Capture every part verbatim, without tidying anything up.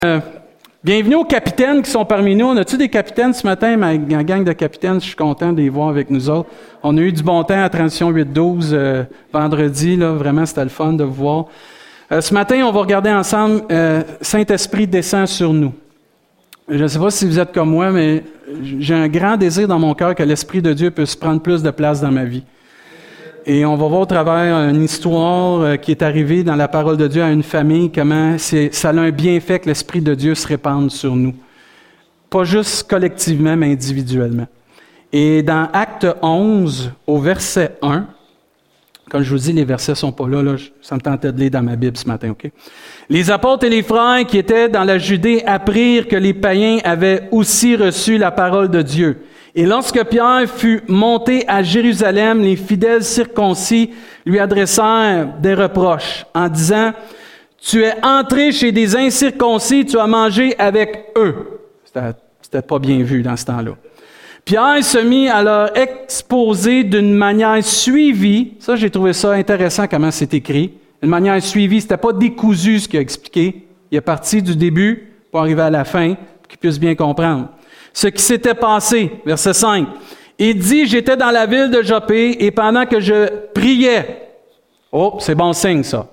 Euh, bienvenue aux capitaines qui sont parmi nous. On a-tu des capitaines ce matin? Ma, ma gang de capitaines, je suis content de les voir avec nous autres. On a eu du bon temps à Transition huit douze euh, vendredi. Là, vraiment, c'était le fun de vous voir. Euh, ce matin, on va regarder ensemble euh, Saint-Esprit descend sur nous. Je ne sais pas si vous êtes comme moi, mais j'ai un grand désir dans mon cœur que l'Esprit de Dieu puisse prendre plus de place dans ma vie. Et on va voir au travers une histoire qui est arrivée dans la parole de Dieu à une famille, comment c'est, ça a un bienfait que l'Esprit de Dieu se répande sur nous. Pas juste collectivement, mais individuellement. Et dans Acte onze, au verset un, comme je vous dis, les versets ne sont pas là, là, ça me tentait de lire dans ma Bible ce matin, OK? Les apôtres et les frères qui étaient dans la Judée apprirent que les païens avaient aussi reçu la parole de Dieu. Et lorsque Pierre fut monté à Jérusalem, les fidèles circoncis lui adressèrent des reproches en disant « Tu es entré chez des incirconcis, tu as mangé avec eux. » C'était, c'était pas bien vu dans ce temps-là. Pierre se mit à leur exposer d'une manière suivie. Ça, j'ai trouvé ça intéressant comment c'est écrit. Une manière suivie, c'était pas décousu ce qu'il a expliqué. Il est parti du début pour arriver à la fin, pour qu'ils puissent bien comprendre. Ce qui s'était passé, verset cinq. Il dit, j'étais dans la ville de Joppé et pendant que je priais, oh, c'est bon signe ça.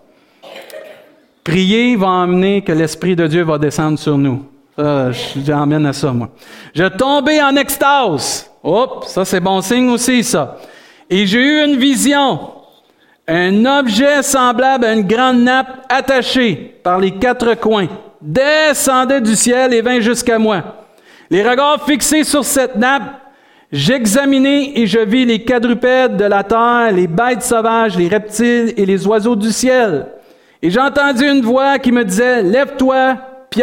Prier va emmener que l'Esprit de Dieu va descendre sur nous. Ça, j'emmène à ça, moi. Je tombais en extase. Oh, ça c'est bon signe aussi, ça. Et j'ai eu une vision. Un objet semblable à une grande nappe attachée par les quatre coins descendait du ciel et vint jusqu'à moi. Les regards fixés sur cette nappe, j'examinai et je vis les quadrupèdes de la terre, les bêtes sauvages, les reptiles et les oiseaux du ciel. Et j'ai entendu une voix qui me disait, « Lève-toi, Pierre. »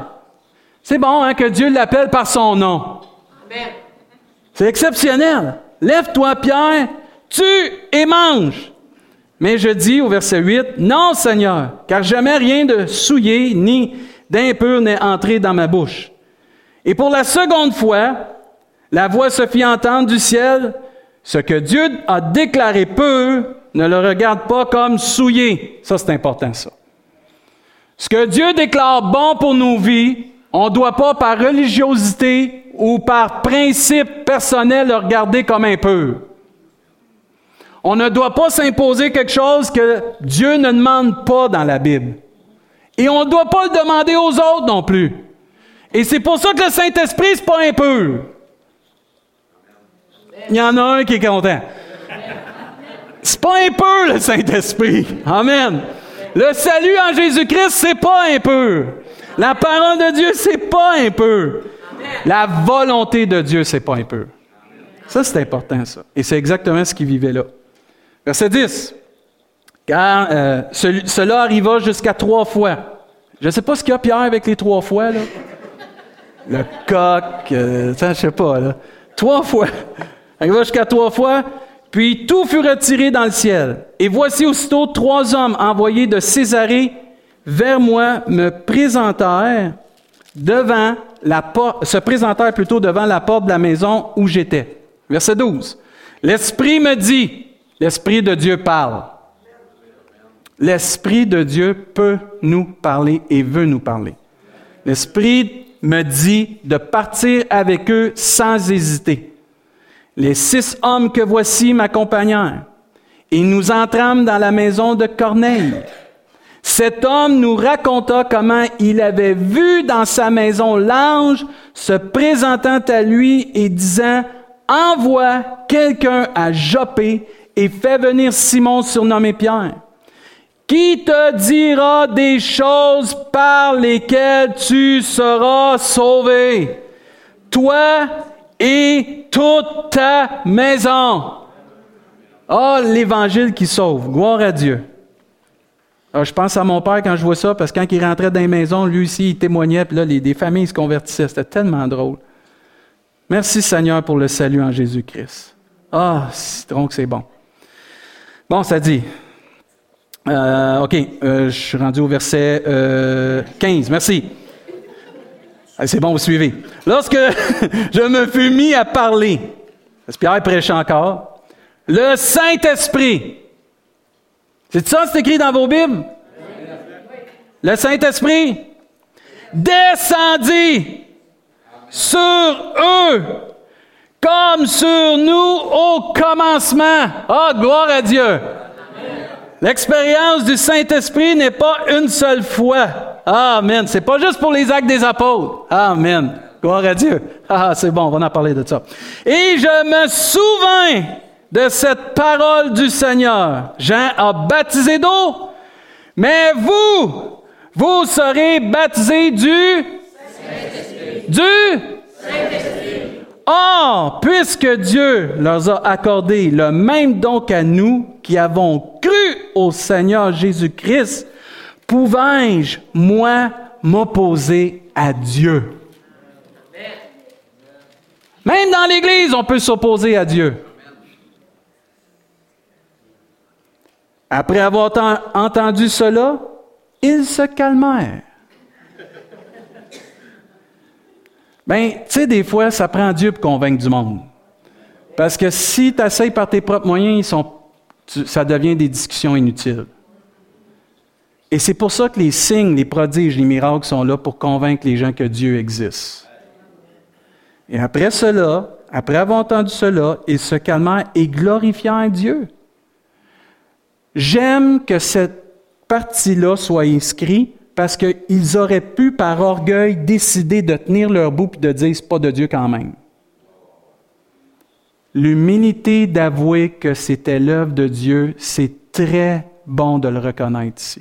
C'est bon hein, que Dieu l'appelle par son nom. Amen. C'est exceptionnel. « Lève-toi, Pierre, tue et mange. » Mais je dis au verset huit, « Non, Seigneur, car jamais rien de souillé ni d'impur n'est entré dans ma bouche. » Et pour la seconde fois, la voix se fit entendre du ciel, « Ce que Dieu a déclaré pur, ne le regarde pas comme souillé. » Ça, c'est important, ça. Ce que Dieu déclare bon pour nos vies, on ne doit pas, par religiosité ou par principe personnel, le regarder comme impur. On ne doit pas s'imposer quelque chose que Dieu ne demande pas dans la Bible. Et on ne doit pas le demander aux autres non plus. Et c'est pour ça que le Saint-Esprit, c'est pas impur. Il y en a un qui est content. C'est pas impur, le Saint-Esprit. Amen. Le salut en Jésus-Christ, c'est pas impur. La parole de Dieu, c'est pas impur. La volonté de Dieu, c'est pas impur. Ça, c'est important, ça. Et c'est exactement ce qu'il vivait là. Verset dix. Car euh, ce, cela arriva jusqu'à trois fois. Je ne sais pas ce qu'il y a, Pierre, avec les trois fois, là. Le coq, euh, ça, je sais pas, là. Trois fois. Il va jusqu'à trois fois. Puis tout fut retiré dans le ciel. Et voici aussitôt trois hommes envoyés de Césarée vers moi me présentèrent devant la porte, se présentèrent plutôt devant la porte de la maison où j'étais. Verset douze. L'Esprit me dit, l'Esprit de Dieu parle. L'Esprit de Dieu peut nous parler et veut nous parler. L'Esprit me dit de partir avec eux sans hésiter. Les six hommes que voici m'accompagnèrent, et nous entrâmes dans la maison de Corneille. Cet homme nous raconta comment il avait vu dans sa maison l'ange se présentant à lui et disant « Envoie quelqu'un à Joppé et fais venir Simon surnommé Pierre. Qui te dira des choses par lesquelles tu seras sauvé, toi et toute ta maison. » Ah, oh, l'Évangile qui sauve. Gloire à Dieu. Alors, je pense à mon père quand je vois ça, parce que quand il rentrait dans les maisons, lui aussi, il témoignait, puis là, les, des familles se convertissaient. C'était tellement drôle. Merci Seigneur pour le salut en Jésus-Christ. Ah, citron que c'est bon. Bon, ça dit... Euh, OK, euh, je suis rendu au verset euh, quinze. Merci. Allez, c'est bon, vous suivez. Lorsque je me fus mis à parler, parce que Pierre prêche encore, le Saint-Esprit. C'est ça, c'est écrit dans vos Bibles? Le Saint-Esprit descendit sur eux comme sur nous au commencement. Ah, oh, gloire à Dieu! Amen. L'expérience du Saint-Esprit n'est pas une seule fois. Amen. C'est pas juste pour les actes des apôtres. Amen. Gloire à Dieu. Ah, c'est bon, on va en parler de ça. Et je me souviens de cette parole du Seigneur. Jean a baptisé d'eau, mais vous, vous serez baptisés du Saint-Esprit. Du Saint-Esprit. Or, puisque Dieu leur a accordé le même don qu'à nous, qui avons cru au Seigneur Jésus-Christ, pouvais-je, moi, m'opposer à Dieu? Même dans l'Église, on peut s'opposer à Dieu. Après avoir entendu cela, ils se calmèrent. Bien, tu sais, des fois, ça prend Dieu pour convaincre du monde. Parce que si tu essaies par tes propres moyens, ils sont, tu, ça devient des discussions inutiles. Et c'est pour ça que les signes, les prodiges, les miracles sont là pour convaincre les gens que Dieu existe. Et après cela, après avoir entendu cela, ils se calmèrent et glorifièrent Dieu. J'aime que cette partie-là soit inscrite parce qu'ils auraient pu, par orgueil, décider de tenir leur bout et de dire « c'est pas de Dieu quand même ». L'humilité d'avouer que c'était l'œuvre de Dieu, c'est très bon de le reconnaître ici.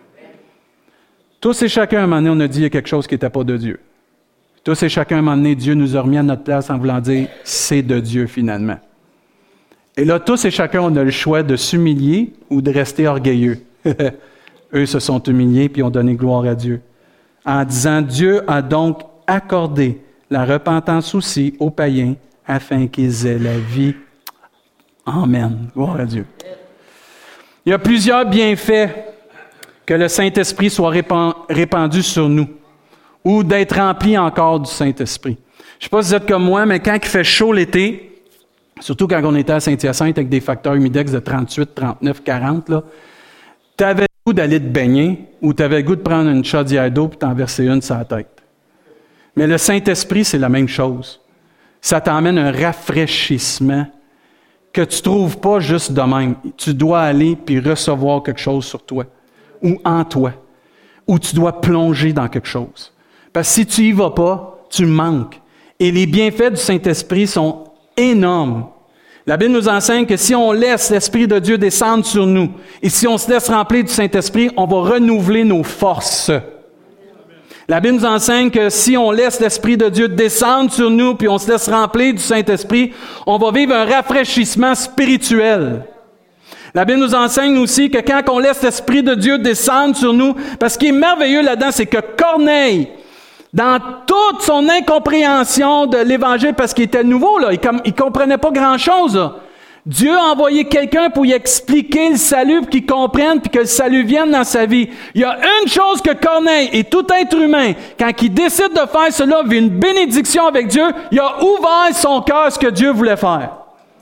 Tous et chacun, à un moment donné, on a dit qu'il y a quelque chose qui n'était pas de Dieu. Tous et chacun, à un moment donné, Dieu nous a remis à notre place en voulant dire « c'est de Dieu finalement ». Et là, tous et chacun, on a le choix de s'humilier ou de rester orgueilleux. Eux se sont humiliés puis ont donné gloire à Dieu. En disant, Dieu a donc accordé la repentance aussi aux païens afin qu'ils aient la vie. Amen. Gloire à Dieu. Il y a plusieurs bienfaits que le Saint-Esprit soit répandu sur nous ou d'être rempli encore du Saint-Esprit. Je ne sais pas si vous êtes comme moi, mais quand il fait chaud l'été, surtout quand on était à Saint-Hyacinthe avec des facteurs humidex de trente-huit, trente-neuf, quarante, là, tu avais le goût d'aller te baigner ou tu avais le goût de prendre une chaudière d'eau et t'en verser une sur la tête. Mais le Saint-Esprit, c'est la même chose. Ça t'emmène un rafraîchissement que tu ne trouves pas juste de même. Tu dois aller puis recevoir quelque chose sur toi ou en toi, ou tu dois plonger dans quelque chose. Parce que si tu n'y vas pas, tu manques. Et les bienfaits du Saint-Esprit sont énormes. La Bible nous enseigne que si on laisse l'Esprit de Dieu descendre sur nous, et si on se laisse remplir du Saint-Esprit, on va renouveler nos forces. La Bible nous enseigne que si on laisse l'Esprit de Dieu descendre sur nous, puis on se laisse remplir du Saint-Esprit, on va vivre un rafraîchissement spirituel. La Bible nous enseigne aussi que quand on laisse l'Esprit de Dieu descendre sur nous, parce ce qui est merveilleux là-dedans, c'est que Corneille, dans toute son incompréhension de l'Évangile, parce qu'il était nouveau, là, il ne comprenait pas grand-chose. Là. Dieu a envoyé quelqu'un pour lui expliquer le salut, pour qu'il comprenne, puis que le salut vienne dans sa vie. Il y a une chose que Corneille et tout être humain, quand il décide de faire cela, vit une bénédiction avec Dieu, il a ouvert son cœur à ce que Dieu voulait faire.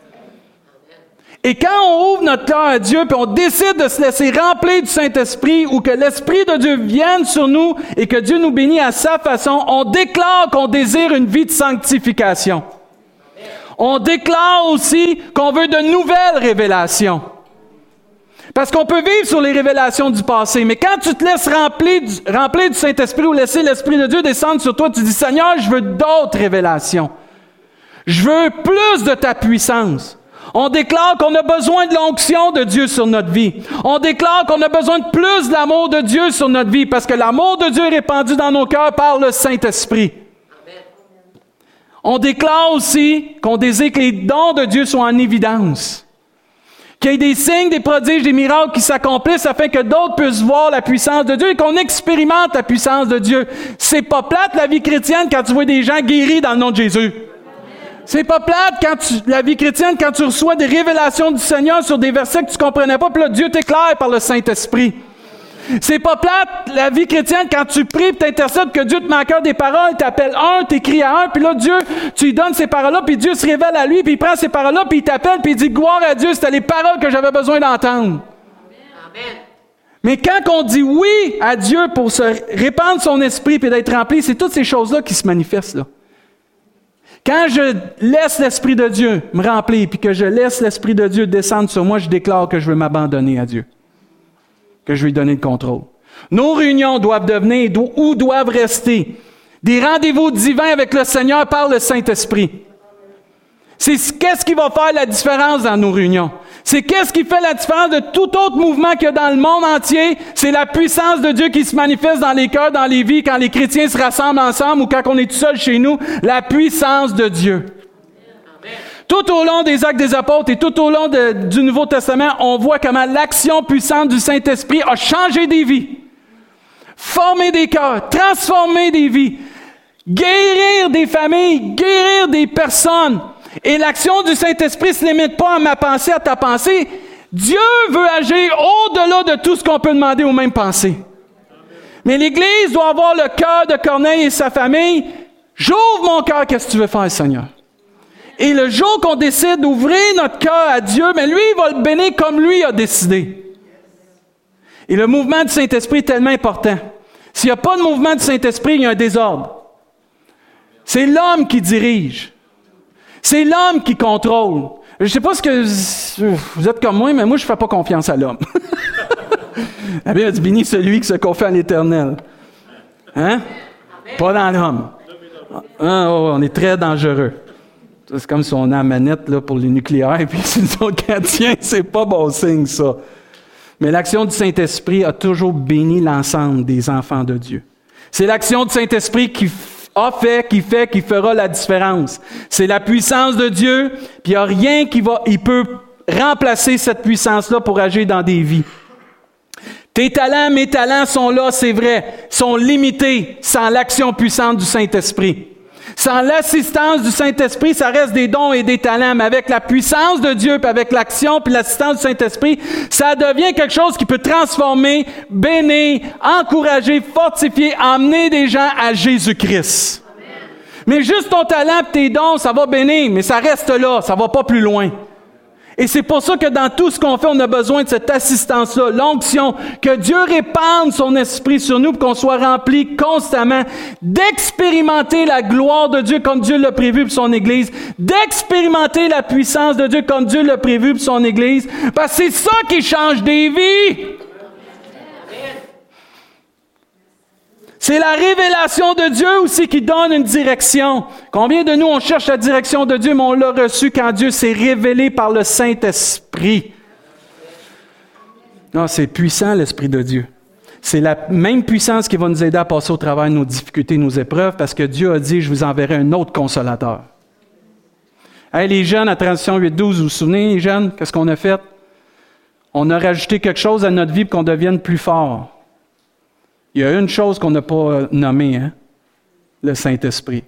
Et quand on ouvre notre cœur à Dieu, puis on décide de se laisser remplir du Saint-Esprit, ou que l'Esprit de Dieu vienne sur nous, et que Dieu nous bénit à sa façon, on déclare qu'on désire une vie de sanctification. On déclare aussi qu'on veut de nouvelles révélations. Parce qu'on peut vivre sur les révélations du passé, mais quand tu te laisses remplir du, remplir du Saint-Esprit ou laisser l'Esprit de Dieu descendre sur toi, tu dis, Seigneur, je veux d'autres révélations. Je veux plus de ta puissance. On déclare qu'on a besoin de l'onction de Dieu sur notre vie. On déclare qu'on a besoin de plus de l'amour de Dieu sur notre vie, parce que l'amour de Dieu est répandu dans nos cœurs par le Saint-Esprit. Amen. On déclare aussi qu'on désire que les dons de Dieu soient en évidence. Qu'il y ait des signes, des prodiges, des miracles qui s'accomplissent afin que d'autres puissent voir la puissance de Dieu et qu'on expérimente la puissance de Dieu. C'est pas plate la vie chrétienne quand tu vois des gens guéris dans le nom de Jésus. C'est pas plate quand tu, la vie chrétienne, quand tu reçois des révélations du Seigneur sur des versets que tu comprenais pas, puis là, Dieu t'éclaire par le Saint-Esprit. C'est pas plate la vie chrétienne quand tu pries et t'intercèdes, que Dieu te met à cœur des paroles, t'appelle un, t'écris à un, puis là, Dieu, tu lui donnes ces paroles-là, puis Dieu se révèle à lui, puis il prend ces paroles-là, puis il t'appelle, puis il dit, gloire à Dieu, c'était les paroles que j'avais besoin d'entendre. Amen. Mais quand on dit oui à Dieu pour se répandre son esprit et d'être rempli, c'est toutes ces choses-là qui se manifestent là. Quand je laisse l'Esprit de Dieu me remplir puis que je laisse l'Esprit de Dieu descendre sur moi, je déclare que je veux m'abandonner à Dieu, que je vais lui donner le contrôle. Nos réunions doivent devenir ou doivent rester des rendez-vous divins avec le Seigneur par le Saint-Esprit. C'est qu'est-ce qui va faire la différence dans nos réunions. C'est qu'est-ce qui fait la différence de tout autre mouvement qu'il y a dans le monde entier. C'est la puissance de Dieu qui se manifeste dans les cœurs, dans les vies, quand les chrétiens se rassemblent ensemble ou quand on est tout seul chez nous. La puissance de Dieu. Amen. Tout au long des Actes des Apôtres et tout au long de, du Nouveau Testament, on voit comment l'action puissante du Saint-Esprit a changé des vies, formé des cœurs, transformé des vies, guérir des familles, guérir des personnes. Et l'action du Saint-Esprit ne se limite pas à ma pensée, à ta pensée. Dieu veut agir au-delà de tout ce qu'on peut demander ou même penser. Mais l'Église doit avoir le cœur de Corneille et sa famille. J'ouvre mon cœur, qu'est-ce que tu veux faire, Seigneur? Et le jour qu'on décide d'ouvrir notre cœur à Dieu, mais lui, il va le bénir comme lui a décidé. Et le mouvement du Saint-Esprit est tellement important. S'il n'y a pas de mouvement du Saint-Esprit, il y a un désordre. C'est l'homme qui dirige. C'est l'homme qui contrôle. Je ne sais pas ce que vous êtes comme moi, mais moi, je ne fais pas confiance à l'homme. La Bible dit, béni celui qui se confie à l'Éternel. Hein? Pas dans l'homme. Ah, oh, on est très dangereux. C'est comme si on a la manette là, pour les nucléaires, puis si nous autres chrétiens, c'est pas bon signe, ça. Mais l'action du Saint-Esprit a toujours béni l'ensemble des enfants de Dieu. C'est l'action du Saint-Esprit qui a fait, qui fait, qui fera la différence. C'est la puissance de Dieu, puis il n'y a rien qui va, il peut remplacer cette puissance-là pour agir dans des vies. Tes talents, mes talents sont là, c'est vrai, sont limités sans l'action puissante du Saint-Esprit. Sans l'assistance du Saint-Esprit, ça reste des dons et des talents, mais avec la puissance de Dieu, puis avec l'action, puis l'assistance du Saint-Esprit, ça devient quelque chose qui peut transformer, bénir, encourager, fortifier, emmener des gens à Jésus-Christ. Amen. Mais juste ton talent et tes dons, ça va bénir, mais ça reste là, ça va pas plus loin. Et c'est pour ça que dans tout ce qu'on fait, on a besoin de cette assistance-là, l'onction, que Dieu répande son esprit sur nous pour qu'on soit remplis constamment, d'expérimenter la gloire de Dieu comme Dieu l'a prévu pour son Église, d'expérimenter la puissance de Dieu comme Dieu l'a prévu pour son Église, parce que c'est ça qui change des vies. C'est la révélation de Dieu aussi qui donne une direction. Combien de nous, on cherche la direction de Dieu, mais on l'a reçue quand Dieu s'est révélé par le Saint-Esprit. Non, c'est puissant, l'Esprit de Dieu. C'est la même puissance qui va nous aider à passer au travers de nos difficultés, nos épreuves, parce que Dieu a dit, je vous enverrai un autre consolateur. Hey, les jeunes, à Transition huit douze, vous vous souvenez, les jeunes, qu'est-ce qu'on a fait? On a rajouté quelque chose à notre vie pour qu'on devienne plus fort. Il y a une chose qu'on n'a pas nommée, hein? Le Saint-Esprit.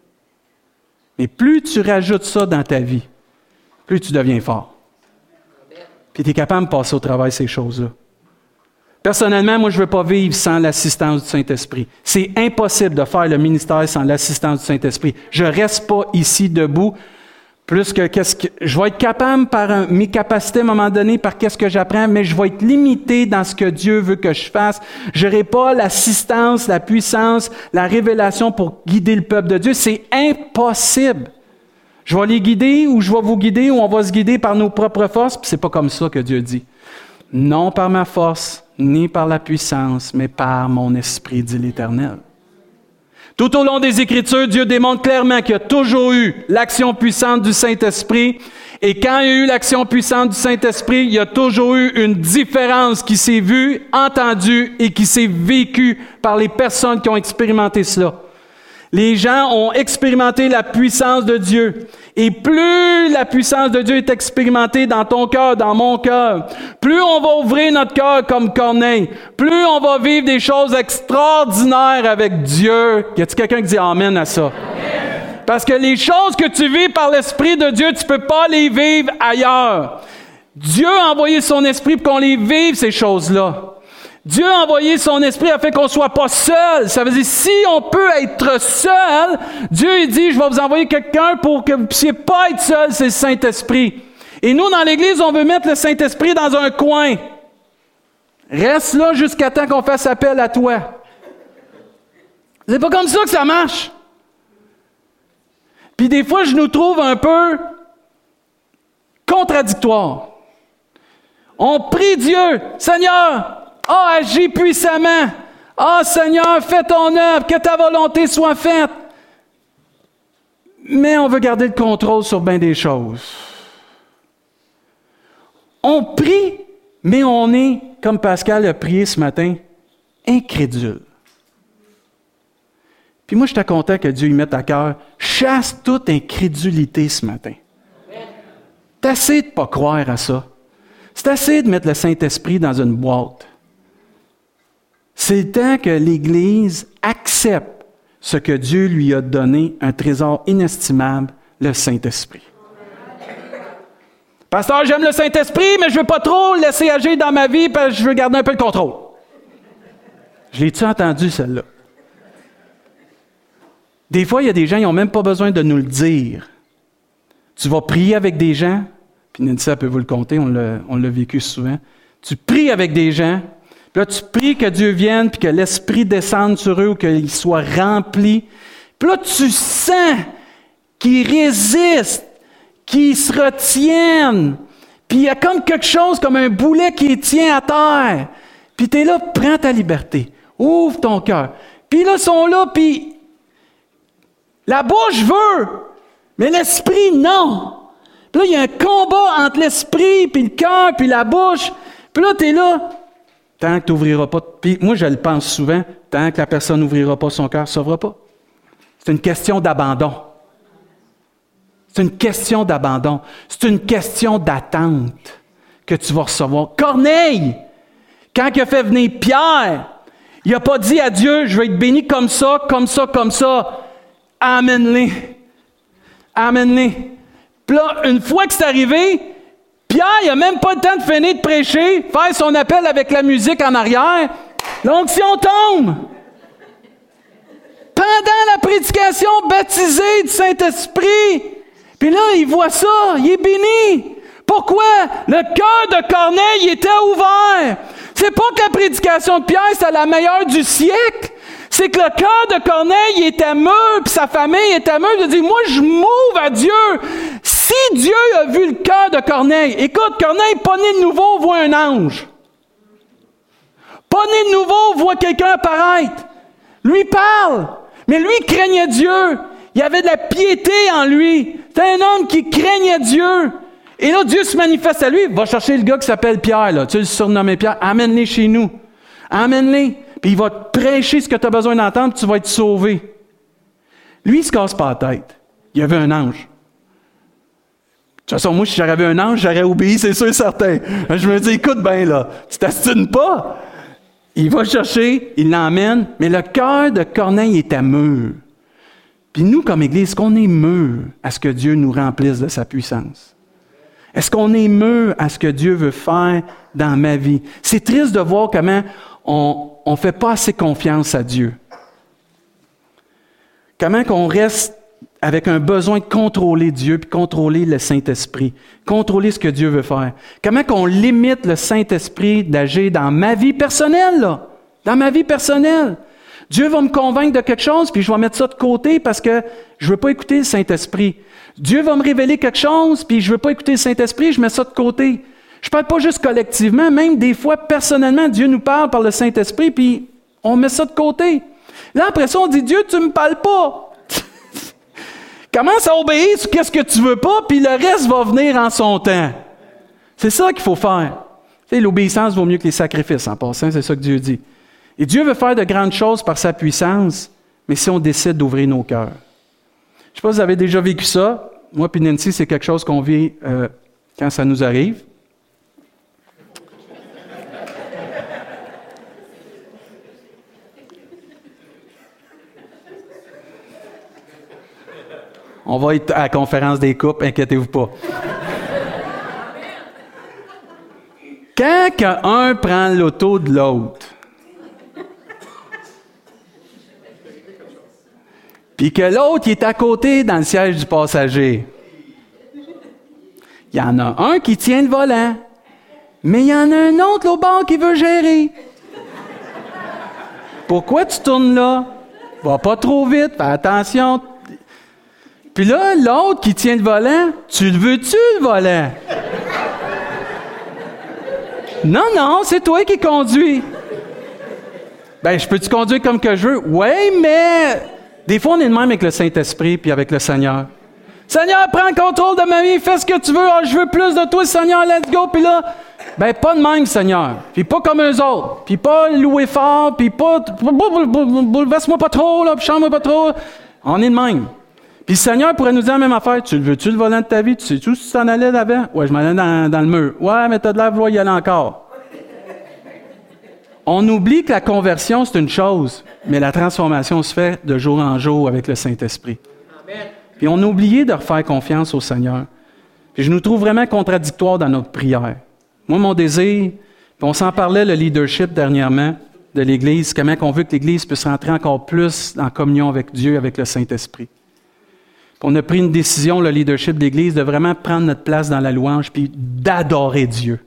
Mais plus tu rajoutes ça dans ta vie, plus tu deviens fort. Puis tu es capable de passer au travers de ces choses-là. Personnellement, moi, je ne veux pas vivre sans l'assistance du Saint-Esprit. C'est impossible de faire le ministère sans l'assistance du Saint-Esprit. Je ne reste pas ici debout. Plus que qu'est-ce que je vais être capable par un, mes capacités à un moment donné, par qu'est-ce que j'apprends, mais je vais être limité dans ce que Dieu veut que je fasse. Je n'aurai pas l'assistance, la puissance, la révélation pour guider le peuple de Dieu. C'est impossible. Je vais les guider ou je vais vous guider ou on va se guider par nos propres forces. Puis c'est pas comme ça que Dieu dit. Non par ma force, ni par la puissance, mais par mon esprit, dit l'Éternel. Tout au long des Écritures, Dieu démontre clairement qu'il y a toujours eu l'action puissante du Saint-Esprit. Et quand il y a eu l'action puissante du Saint-Esprit, il y a toujours eu une différence qui s'est vue, entendue et qui s'est vécue par les personnes qui ont expérimenté cela. Les gens ont expérimenté la puissance de Dieu. Et plus la puissance de Dieu est expérimentée dans ton cœur, dans mon cœur, plus on va ouvrir notre cœur comme Corneille, plus on va vivre des choses extraordinaires avec Dieu. Y a-t-il quelqu'un qui dit Amen à ça? Amen. Parce que les choses que tu vis par l'Esprit de Dieu, tu ne peux pas les vivre ailleurs. Dieu a envoyé son Esprit pour qu'on les vive, ces choses-là. Dieu a envoyé son Esprit afin qu'on ne soit pas seul. Ça veut dire, si on peut être seul, Dieu il dit, je vais vous envoyer quelqu'un pour que vous ne puissiez pas être seul, c'est le Saint-Esprit. Et nous, dans l'Église, on veut mettre le Saint-Esprit dans un coin. Reste là jusqu'à temps qu'on fasse appel à toi. C'est pas comme ça que ça marche. Puis des fois, je nous trouve un peu contradictoires. On prie Dieu, Seigneur, oh, agis puissamment. Ah, oh, Seigneur, fais ton œuvre, que ta volonté soit faite. Mais on veut garder le contrôle sur bien des choses. On prie, mais on est, comme Pascal a prié ce matin, incrédule. Puis moi, je suis content que Dieu y mette à cœur, chasse toute incrédulité ce matin. C'est assez de ne pas croire à ça. C'est assez de mettre le Saint-Esprit dans une boîte. C'est le temps que l'Église accepte ce que Dieu lui a donné, un trésor inestimable, le Saint-Esprit. Pasteur, j'aime le Saint-Esprit, mais je ne veux pas trop le laisser agir dans ma vie parce que je veux garder un peu le contrôle. Je l'ai-tu entendu, celle-là? Des fois, il y a des gens, ils n'ont même pas besoin de nous le dire. Tu vas prier avec des gens, puis Nancy, elle peut vous le compter, on l'a, on l'a vécu souvent. Tu pries avec des gens, puis là, tu pries que Dieu vienne, puis que l'Esprit descende sur eux, ou qu'ils soient remplis. Puis là, tu sens qu'ils résistent, qu'ils se retiennent. Puis il y a comme quelque chose, comme un boulet qui les tient à terre. Puis tu es là, prends ta liberté, ouvre ton cœur. Puis là, ils sont là, puis la bouche veut, mais l'esprit, non. Puis là, il y a un combat entre l'esprit, puis le cœur, puis la bouche. Puis là, tu es là. Tant que tu n'ouvriras pas. Puis moi, je le pense souvent, tant que la personne n'ouvrira pas son cœur, ça ne s'ouvre pas. C'est une question d'abandon. C'est une question d'abandon. C'est une question d'attente que tu vas recevoir. Corneille, quand il a fait venir Pierre, il n'a pas dit à Dieu, je vais être béni comme ça, comme ça, comme ça. Amène-les. Amène-les. Puis là, une fois que c'est arrivé, Pierre, il n'a même pas le temps de finir de prêcher, faire son appel avec la musique en arrière. L'onction tombe. Pendant la prédication, baptisé du Saint-Esprit. Puis là, il voit ça, il est béni. Pourquoi? Le cœur de Corneille était ouvert. C'est pas que la prédication de Pierre, c'est la meilleure du siècle. C'est que le cœur de Corneille était mûr, puis sa famille était mûre. Il dit, moi, je m'ouvre à Dieu. Si Dieu a vu le cœur de Corneille, écoute, Corneille, pas né de nouveau, voit un ange. Pas né de nouveau, voit quelqu'un apparaître. Lui parle, mais lui craignait Dieu. Il y avait de la piété en lui. C'est un homme qui craignait Dieu. Et là, Dieu se manifeste à lui. Va chercher le gars qui s'appelle Pierre, là. Tu le surnommé Pierre. Amène-les chez nous. Amène-les. Puis il va te prêcher ce que tu as besoin d'entendre, puis tu vas être sauvé. Lui, il se casse pas la tête. Il y avait un ange. De toute façon, moi, si j'avais un ange, j'aurais obéi, c'est sûr et certain. Je me dis, écoute bien, là, tu t'astines pas. Il va chercher, il l'emmène, mais le cœur de Corneille était mûr. Puis nous, comme Église, est-ce qu'on est mûr à ce que Dieu nous remplisse de sa puissance? Est-ce qu'on est mûr à ce que Dieu veut faire dans ma vie? C'est triste de voir comment on ne fait pas assez confiance à Dieu. Comment qu'on reste avec un besoin de contrôler Dieu, puis contrôler le Saint-Esprit, contrôler ce que Dieu veut faire. Comment qu'on limite le Saint-Esprit d'agir dans ma vie personnelle, là, dans ma vie personnelle. Dieu va me convaincre de quelque chose, puis je vais mettre ça de côté parce que je ne veux pas écouter le Saint-Esprit. Dieu va me révéler quelque chose, puis je ne veux pas écouter le Saint-Esprit, je mets ça de côté. Je ne parle pas juste collectivement, même des fois, personnellement, Dieu nous parle par le Saint-Esprit, puis on met ça de côté. Là, après ça, on dit, Dieu, tu ne me parles pas. Commence à obéir sur qu'est-ce que tu veux pas, puis le reste va venir en son temps. C'est ça qu'il faut faire. Tu sais, l'obéissance vaut mieux que les sacrifices, en passant, c'est ça que Dieu dit. Et Dieu veut faire de grandes choses par sa puissance, mais si on décide d'ouvrir nos cœurs. Je ne sais pas si vous avez déjà vécu ça. Moi puis Nancy, c'est quelque chose qu'on vit euh, quand ça nous arrive. On va être à la conférence des couples, inquiétez-vous pas. Quand un prend l'auto de l'autre, puis que l'autre il est à côté dans le siège du passager, il y en a un qui tient le volant, Mais il y en a un autre, au bord, qui veut gérer. Pourquoi tu tournes là? Va pas trop vite, fais attention. Puis là, l'autre qui tient le volant, tu le veux-tu, le volant? Non, non, c'est toi qui conduis. Ben, je peux-tu conduire comme que je veux? Oui, mais des fois, on est de même avec le Saint-Esprit puis avec le Seigneur. Seigneur, prends le contrôle de ma vie, fais ce que tu veux. Oh, je veux plus de toi, Seigneur, let's go. Puis là, ben, pas de même, Seigneur. Puis pas comme eux autres. Puis pas louer fort, puis pas... Bouleverse-moi pas trop, là, puis chante-moi pas trop. On est de même. Puis le Seigneur pourrait nous dire la même affaire. Tu le veux-tu, le volant de ta vie? Tu sais-tu où tu t'en allais d'avant? Ouais, je m'en allais dans, dans le mur. Ouais, mais t'as de l'air vouloir y aller encore. On oublie que la conversion, c'est une chose, mais la transformation se fait de jour en jour avec le Saint-Esprit. Amen. Puis on a oublié de refaire confiance au Seigneur. Puis je nous trouve vraiment contradictoire dans notre prière. Moi, mon désir, puis on s'en parlait, le leadership dernièrement de l'Église, comment on veut que l'Église puisse rentrer encore plus en communion avec Dieu, avec le Saint-Esprit. Puis on a pris une décision, le leadership de l'Église, de vraiment prendre notre place dans la louange, puis d'adorer Dieu.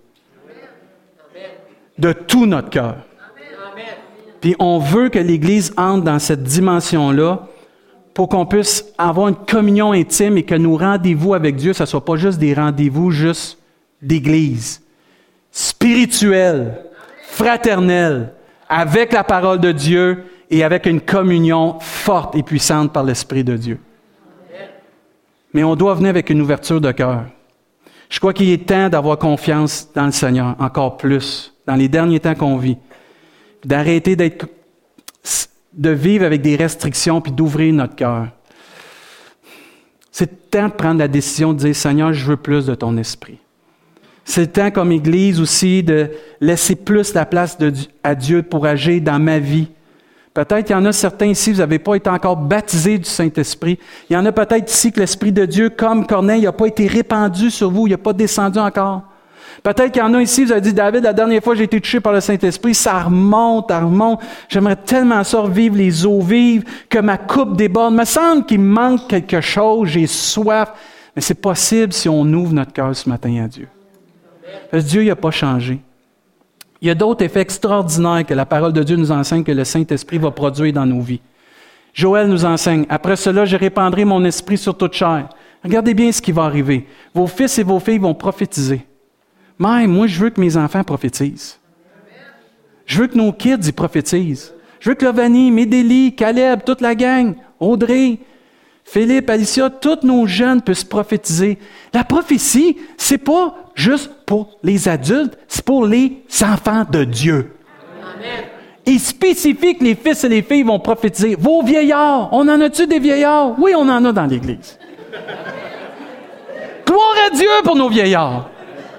De tout notre cœur. Puis on veut que l'Église entre dans cette dimension-là pour qu'on puisse avoir une communion intime et que nos rendez-vous avec Dieu, ce ne soit pas juste des rendez-vous juste d'Église. Spirituels, fraternels, avec la parole de Dieu et avec une communion forte et puissante par l'Esprit de Dieu. Mais on doit venir avec une ouverture de cœur. Je crois qu'il est temps d'avoir confiance dans le Seigneur, encore plus, dans les derniers temps qu'on vit. D'arrêter d'être, de vivre avec des restrictions puis d'ouvrir notre cœur. C'est le temps de prendre la décision de dire, Seigneur, je veux plus de ton esprit. C'est le temps comme Église aussi de laisser plus la place de, à Dieu pour agir dans ma vie. Peut-être qu'il y en a certains ici, vous n'avez pas été encore baptisés du Saint-Esprit. Il y en a peut-être ici que l'Esprit de Dieu, comme Corneille, n'a pas été répandu sur vous, il n'a pas descendu encore. Peut-être qu'il y en a ici, vous avez dit, David, la dernière fois que j'ai été touché par le Saint-Esprit, ça remonte, ça remonte. J'aimerais tellement ça revivre les eaux vives, que ma coupe déborde. Il me semble qu'il me manque quelque chose, j'ai soif. Mais c'est possible si on ouvre notre cœur ce matin à Dieu. Parce que Dieu n'a pas changé. Il y a d'autres effets extraordinaires que la parole de Dieu nous enseigne que le Saint-Esprit va produire dans nos vies. Joël nous enseigne, « Après cela, je répandrai mon esprit sur toute chair. » Regardez bien ce qui va arriver. Vos fils et vos filles vont prophétiser. Même, moi, je veux que mes enfants prophétisent. Je veux que nos kids y prophétisent. Je veux que Lovani, Médélie, Caleb, toute la gang, Audrey, Philippe, Alicia, tous nos jeunes puissent prophétiser. La prophétie, c'est pas juste pour les adultes, c'est pour les enfants de Dieu. Amen. Il spécifie que les fils et les filles vont prophétiser. Vos vieillards, on en a-tu des vieillards? Oui, on en a dans l'Église. Gloire à Dieu pour nos vieillards.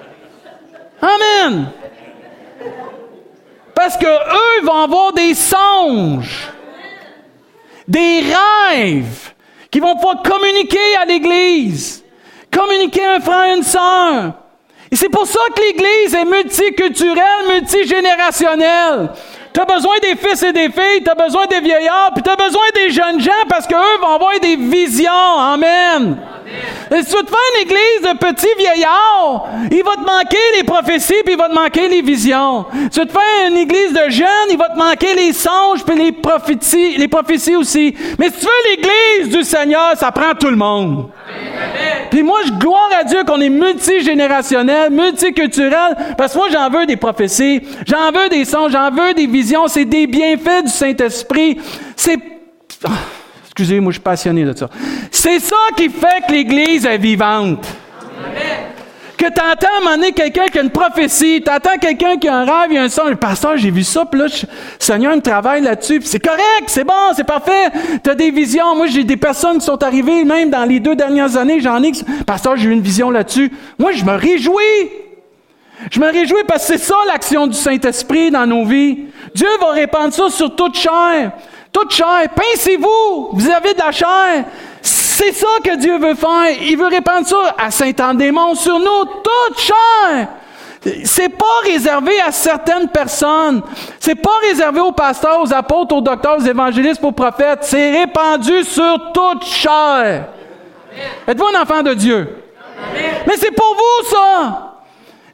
Amen. Parce que eux vont avoir des songes, des rêves, qui vont pouvoir communiquer à l'Église, communiquer à un frère et une sœur. Et c'est pour ça que l'Église est multiculturelle, multigénérationnelle. Tu as besoin des fils et des filles, tu as besoin des vieillards, puis tu as besoin des jeunes gens parce qu'eux vont avoir des visions. Amen. Et si tu te fais une église de petits vieillards, il va te manquer les prophéties puis il va te manquer les visions. Si tu te fais une église de jeunes, il va te manquer les songes puis les prophéties, les prophéties aussi. Mais si tu veux l'église du Seigneur, ça prend tout le monde. Amen. Puis moi, je gloire à Dieu qu'on est multigénérationnel, multiculturel, parce que moi, j'en veux des prophéties, j'en veux des songes, j'en veux des visions. C'est des bienfaits du Saint-Esprit. C'est... Oh, excusez, moi, je suis passionné de ça. C'est ça qui fait que l'Église est vivante. Amen. Que tu entends à un moment donné quelqu'un qui a une prophétie, tu entends quelqu'un qui a un rêve, il y a un son, le pasteur, j'ai vu ça, puis là, je, le Seigneur me travaille là-dessus, puis c'est correct, c'est bon, c'est parfait, tu as des visions. Moi, j'ai des personnes qui sont arrivées, même dans les deux dernières années, j'en ai, pasteur, j'ai eu une vision là-dessus. Moi, je me réjouis. Je me réjouis parce que c'est ça l'action du Saint-Esprit dans nos vies. Dieu va répandre ça sur toute chair. Toute chair. Pincez-vous, vous avez de la chair. C'est ça que Dieu veut faire. Il veut répandre ça à Saint-Anne-des-Monts sur nous. Toute chair. C'est pas réservé à certaines personnes. C'est pas réservé aux pasteurs, aux apôtres, aux docteurs, aux évangélistes, aux prophètes. C'est répandu sur toute chair. Êtes-vous un enfant de Dieu? Amen. Mais c'est pour vous, ça.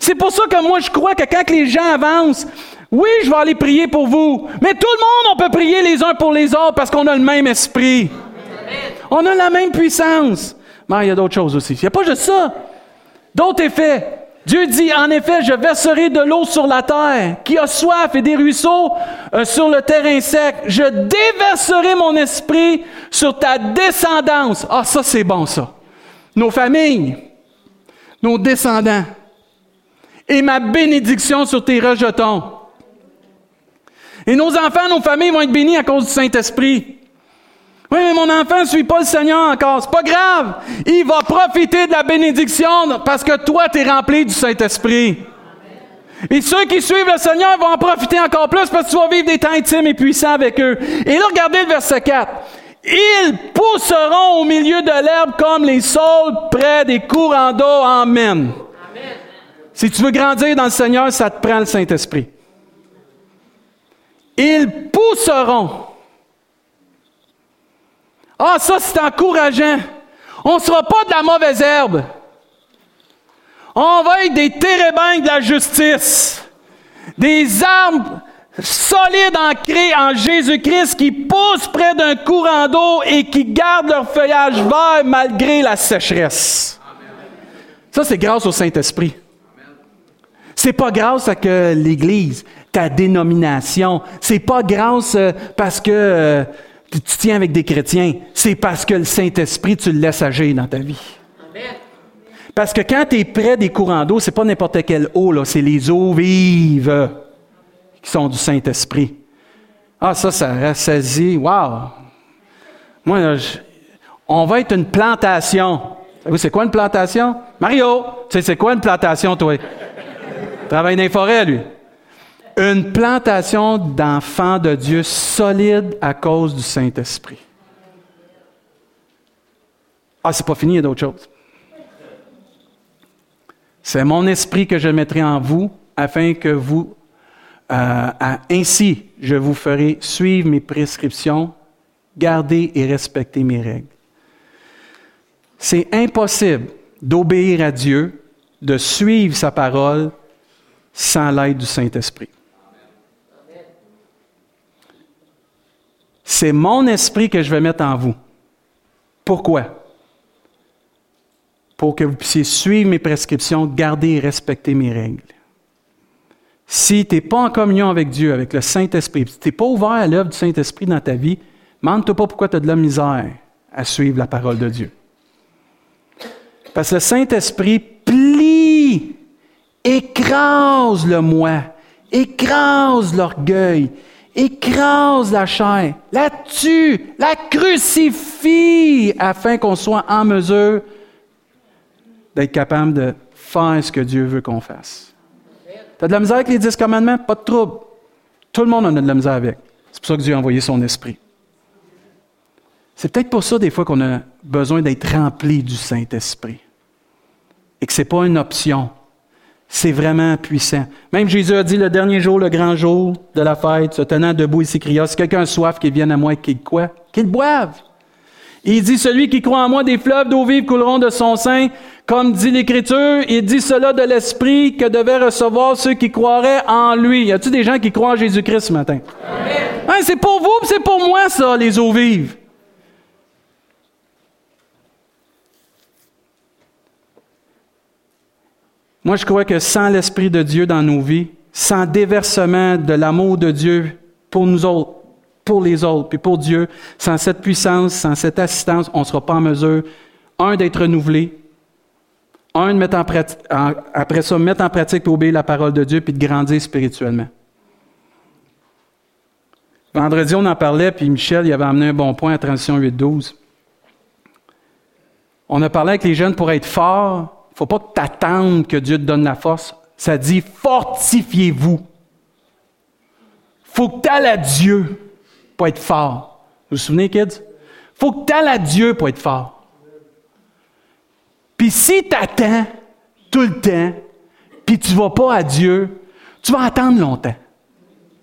C'est pour ça que moi, je crois que quand les gens avancent, oui, je vais aller prier pour vous, mais tout le monde, on peut prier les uns pour les autres parce qu'on a le même esprit. On a la même puissance. Mais il y a d'autres choses aussi. Il n'y a pas juste ça. D'autres effets. Dieu dit, en effet, je verserai de l'eau sur la terre, qui a soif, et des ruisseaux euh, sur le terrain sec. Je déverserai mon esprit sur ta descendance. Ah, ça, c'est bon, ça. Nos familles, nos descendants. Et ma bénédiction sur tes rejetons. Et nos enfants, nos familles vont être bénis à cause du Saint-Esprit. Oui, mais mon enfant ne suit pas le Seigneur encore. C'est pas grave. Il va profiter de la bénédiction parce que toi, tu es rempli du Saint-Esprit. Et ceux qui suivent le Seigneur vont en profiter encore plus parce que tu vas vivre des temps intimes et puissants avec eux. Et là, regardez le verset quatre. Ils pousseront au milieu de l'herbe comme les saules près des courants d'eau. Amen. Amen. Si tu veux grandir dans le Seigneur, ça te prend le Saint-Esprit. Ils pousseront. Ah, ça, c'est encourageant. On ne sera pas de la mauvaise herbe. On va être des térébinques de la justice. Des arbres solides ancrés en Jésus-Christ qui poussent près d'un courant d'eau et qui gardent leur feuillage vert malgré la sécheresse. Ça, c'est grâce au Saint-Esprit. C'est pas grâce à que l'Église, ta dénomination, c'est pas grâce euh, parce que... Euh, tu tiens avec des chrétiens, c'est parce que le Saint-Esprit, tu le laisses agir dans ta vie. Amen. Parce que quand tu es près des courants d'eau, c'est pas n'importe quelle eau, là, c'est les eaux vives qui sont du Saint-Esprit. Ah, ça, ça rassasie. Wow! Moi, là, je... on va être une plantation. Vous, c'est quoi une plantation? Mario, tu sais, c'est quoi une plantation, toi? Travaille dans les forêts, lui. Une plantation d'enfants de Dieu solide à cause du Saint-Esprit. Ah, c'est pas fini, il y a d'autres choses. C'est mon esprit que je mettrai en vous, afin que vous, euh, à, ainsi, je vous ferai suivre mes prescriptions, garder et respecter mes règles. C'est impossible d'obéir à Dieu, de suivre sa parole, sans l'aide du Saint-Esprit. C'est mon esprit que je vais mettre en vous. Pourquoi? Pour que vous puissiez suivre mes prescriptions, garder et respecter mes règles. Si tu n'es pas en communion avec Dieu, avec le Saint-Esprit, si tu n'es pas ouvert à l'œuvre du Saint-Esprit dans ta vie, demande-toi pas pourquoi tu as de la misère à suivre la parole de Dieu. Parce que le Saint-Esprit plie, écrase le moi, écrase l'orgueil, écrase la chair, la tue, la crucifie, afin qu'on soit en mesure d'être capable de faire ce que Dieu veut qu'on fasse. Tu as de la misère avec les dix commandements? Pas de trouble. Tout le monde en a de la misère avec. C'est pour ça que Dieu a envoyé son esprit. C'est peut-être pour ça, des fois, qu'on a besoin d'être rempli du Saint-Esprit. Et que ce n'est pas une option. C'est vraiment puissant. Même Jésus a dit, le dernier jour, le grand jour de la fête, se tenant debout, il s'écria, si quelqu'un a soif, qu'il vienne à moi et qu'il quoi? Qu'il boive. Et il dit, celui qui croit en moi, des fleuves d'eau vive couleront de son sein, comme dit l'Écriture. Il dit cela de l'Esprit que devaient recevoir ceux qui croiraient en lui. Y a-t-il des gens qui croient en Jésus-Christ ce matin? Hein, c'est pour vous, c'est pour moi, ça, les eaux vives. Moi, je crois que sans l'Esprit de Dieu dans nos vies, sans déversement de l'amour de Dieu pour nous autres, pour les autres, puis pour Dieu, sans cette puissance, sans cette assistance, on ne sera pas en mesure, un, d'être renouvelé, un, de mettre en pratique, en, après ça, mettre en pratique pour obéir la parole de Dieu, puis de grandir spirituellement. Vendredi, on en parlait, puis Michel, il avait amené un bon point à Transition huit douze. On a parlé avec les jeunes pour être forts. Il ne faut pas que tu attendes que Dieu te donne la force. Ça dit « fortifiez-vous ». Il faut que tu ailles à Dieu pour être fort. Vous vous souvenez, kids? Il faut que tu ailles à Dieu pour être fort. Puis si tu attends tout le temps, puis tu ne vas pas à Dieu, tu vas attendre longtemps.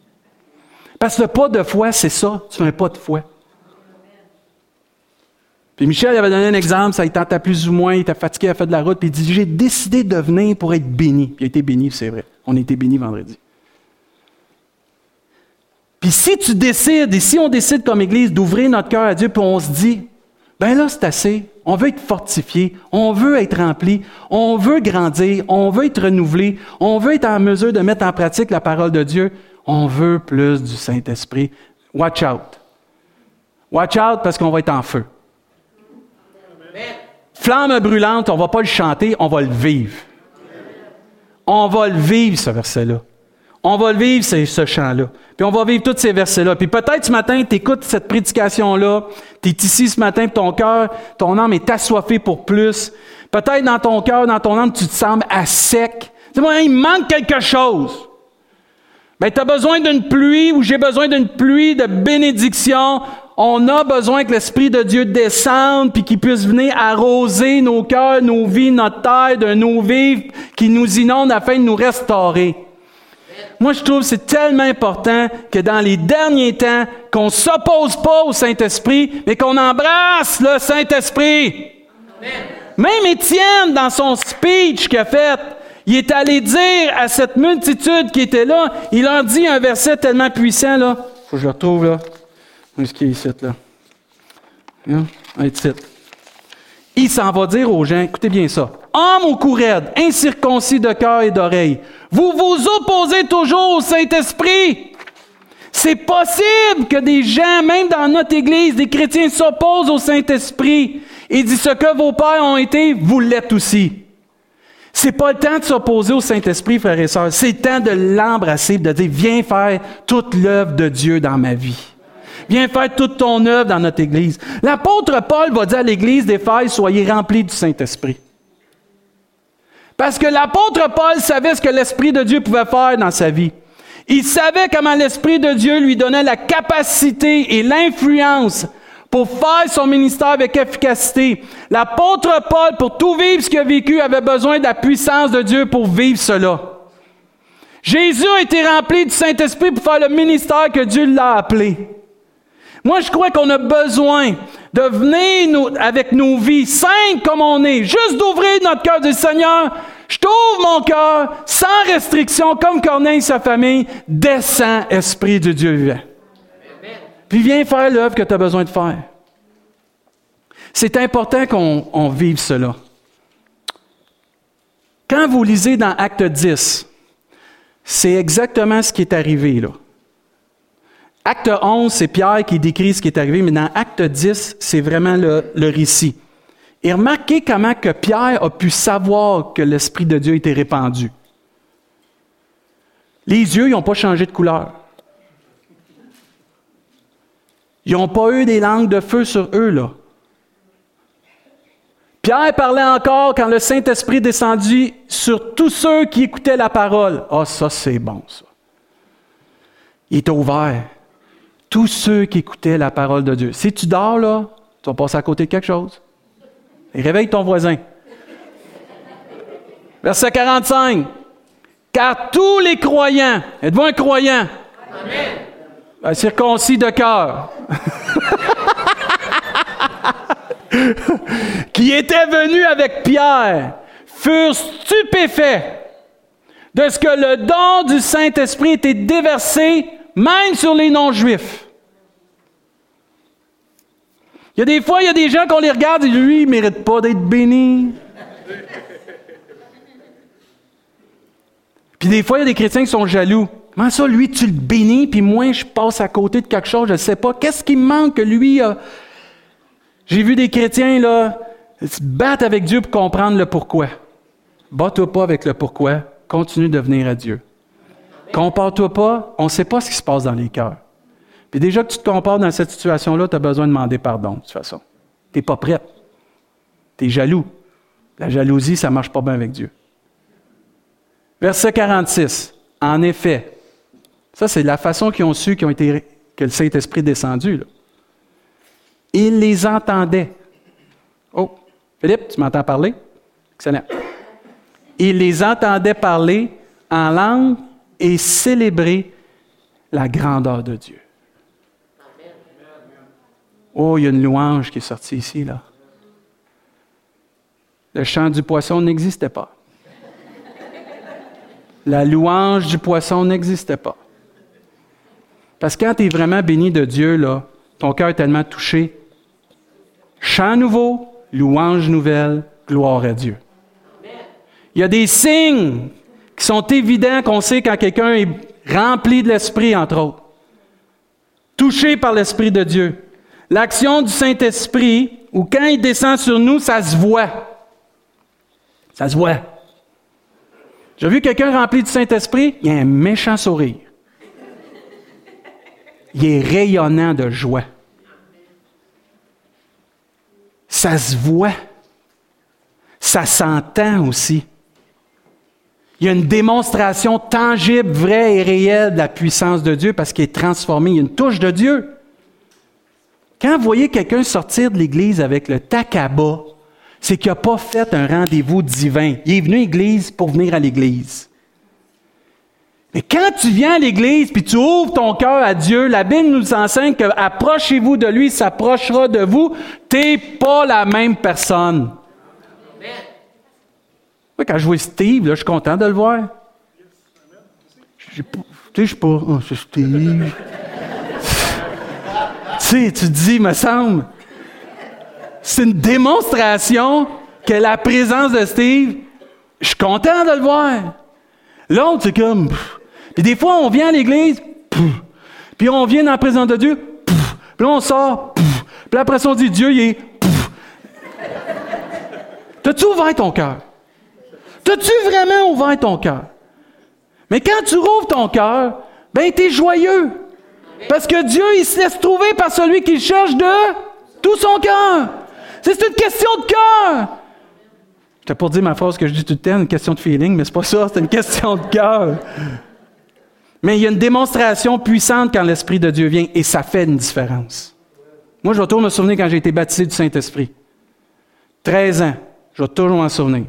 Parce que le pas de foi, c'est ça. Tu fais un pas de foi. Puis Michel avait donné un exemple, ça il tentait plus ou moins, il était fatigué, il a fait de la route, puis il dit, j'ai décidé de venir pour être béni. Puis il a été béni, c'est vrai. On a été béni vendredi. Puis si tu décides, et si on décide comme Église d'ouvrir notre cœur à Dieu, puis on se dit, ben là c'est assez, on veut être fortifié, on veut être rempli, on veut grandir, on veut être renouvelé, on veut être en mesure de mettre en pratique la parole de Dieu, on veut plus du Saint-Esprit. Watch out. Watch out parce qu'on va être en feu. Flamme brûlante, on ne va pas le chanter, on va le vivre. On va le vivre, ce verset-là. On va le vivre, ce, ce chant-là. Puis on va vivre tous ces versets-là. Puis peut-être ce matin, tu écoutes cette prédication-là, tu es ici ce matin, puis ton cœur, ton âme est assoiffée pour plus. Peut-être dans ton cœur, dans ton âme, tu te sembles à sec. Dis-moi, il manque quelque chose. Bien, tu as besoin d'une pluie ou j'ai besoin d'une pluie de bénédiction. On a besoin que l'Esprit de Dieu descende puis qu'il puisse venir arroser nos cœurs, nos vies, notre terre, d'un eau vive qui nous inonde afin de nous restaurer. Moi, je trouve que c'est tellement important que dans les derniers temps, qu'on ne s'oppose pas au Saint-Esprit, mais qu'on embrasse le Saint-Esprit. Amen. Même Étienne, dans son speech qu'il a fait, il est allé dire à cette multitude qui était là, il leur dit un verset tellement puissant, là. Faut que je le retrouve, là. Où est-ce qu'il est ici, là? Hein? Un titre. Il s'en va dire aux gens, écoutez bien ça. Hommes au cou raide, incirconcis de cœur et d'oreille, vous vous opposez toujours au Saint-Esprit. C'est possible que des gens, même dans notre Église, des chrétiens s'opposent au Saint-Esprit. Il dit, ce que vos pères ont été, vous l'êtes aussi. C'est pas le temps de s'opposer au Saint-Esprit, frères et sœurs. C'est le temps de l'embrasser, de dire, viens faire toute l'œuvre de Dieu dans ma vie. Viens faire toute ton œuvre dans notre Église. L'apôtre Paul va dire à l'Église d'Éphèse, soyez remplis du Saint-Esprit. Parce que l'apôtre Paul savait ce que l'Esprit de Dieu pouvait faire dans sa vie. Il savait comment l'Esprit de Dieu lui donnait la capacité et l'influence pour faire son ministère avec efficacité. L'apôtre Paul, pour tout vivre ce qu'il a vécu, avait besoin de la puissance de Dieu pour vivre cela. Jésus a été rempli du Saint-Esprit pour faire le ministère que Dieu l'a appelé. Moi, je crois qu'on a besoin de venir nous, avec nos vies simples comme on est, juste d'ouvrir notre cœur, de dire, Seigneur, je t'ouvre mon cœur, sans restriction, comme Corneille et sa famille, descends, Esprit de Dieu vivant. Amen. Puis viens faire l'œuvre que tu as besoin de faire. C'est important qu'on on vive cela. Quand vous lisez dans Acte dix, c'est exactement ce qui est arrivé là. Acte onze, c'est Pierre qui décrit ce qui est arrivé, mais dans Acte dix, c'est vraiment le, le récit. Et remarquez comment que Pierre a pu savoir que l'Esprit de Dieu était répandu. Les yeux, ils n'ont pas changé de couleur. Ils n'ont pas eu des langues de feu sur eux, là. Pierre parlait encore quand le Saint-Esprit descendit sur tous ceux qui écoutaient la parole. Ah, ça, c'est bon, ça. Il était ouvert. Tous ceux qui écoutaient la parole de Dieu. Si tu dors, là, tu vas passer à côté de quelque chose. Et réveille ton voisin. Verset quarante-cinq. Car tous les croyants, êtes-vous un croyant? Amen. Un circoncis de cœur. Qui étaient venus avec Pierre, furent stupéfaits de ce que le don du Saint-Esprit était déversé même sur les non-juifs. Il y a des fois, il y a des gens qu'on les regarde et lui, il ne mérite pas d'être béni. Puis des fois, il y a des chrétiens qui sont jaloux. Comment ça, lui, tu le bénis, puis moi, je passe à côté de quelque chose, je ne sais pas. Qu'est-ce qui me manque que lui a... J'ai vu des chrétiens, là, se battre avec Dieu pour comprendre le pourquoi. Bats-toi pas avec le pourquoi. Continue de venir à Dieu. Compare-toi pas, on ne sait pas ce qui se passe dans les cœurs. Puis déjà que tu te compares dans cette situation-là, tu as besoin de demander pardon, de toute façon. Tu n'es pas prête. Tu es jaloux. La jalousie, ça ne marche pas bien avec Dieu. Verset quarante-six. En effet, ça c'est la façon qu'ils ont su qu'ils ont été, que le Saint-Esprit est descendu. Là. Ils les entendaient. Oh, Philippe, tu m'entends parler? Excellent. Ils les entendaient parler en langue et célébrer la grandeur de Dieu. Oh, il y a une louange qui est sortie ici, là. Le chant du poisson n'existait pas. La louange du poisson n'existait pas. Parce que quand tu es vraiment béni de Dieu, là, ton cœur est tellement touché. Chant nouveau, louange nouvelle, gloire à Dieu. Il y a des signes qui sont évidents qu'on sait quand quelqu'un est rempli de l'Esprit, entre autres. Touché par l'Esprit de Dieu. L'action du Saint-Esprit, ou quand il descend sur nous, ça se voit. Ça se voit. J'ai vu quelqu'un rempli du Saint-Esprit, il a un méchant sourire. Il est rayonnant de joie. Ça se voit. Ça s'entend aussi. Il y a une démonstration tangible, vraie et réelle de la puissance de Dieu parce qu'il est transformé. Il y a une touche de Dieu. Quand vous voyez quelqu'un sortir de l'Église avec le takaba, c'est qu'il n'a pas fait un rendez-vous divin. Il est venu à l'Église pour venir à l'Église. Mais quand tu viens à l'Église puis tu ouvres ton cœur à Dieu, la Bible nous enseigne que approchez-vous de lui, il s'approchera de vous. Tu n'es pas la même personne. Oui, quand je vois Steve, là, je suis content de le voir. Tu sais, je suis pas... Oh, c'est Steve. Tu sais, tu te dis, me semble... C'est une démonstration que la présence de Steve, je suis content de le voir. L'autre, c'est comme... Pff. Puis des fois, on vient à l'église, pff. Puis on vient dans la présence de Dieu, pff. Puis là, on sort, pff. Puis après ça, on dit, Dieu, il est... Pff. T'as-tu ouvert ton cœur? T'as-tu vraiment ouvert ton cœur? Mais quand tu rouvres ton cœur, ben t'es joyeux. Parce que Dieu, il se laisse trouver par celui qui le cherche de tout son cœur. C'est une question de cœur. J'étais pour dire ma phrase que je dis tout le temps, une question de feeling, mais c'est pas ça, c'est une question de cœur. Mais il y a une démonstration puissante quand l'Esprit de Dieu vient, et ça fait une différence. Moi, je vais toujours me souvenir quand j'ai été baptisé du Saint-Esprit. treize ans, je vais toujours m'en souvenir.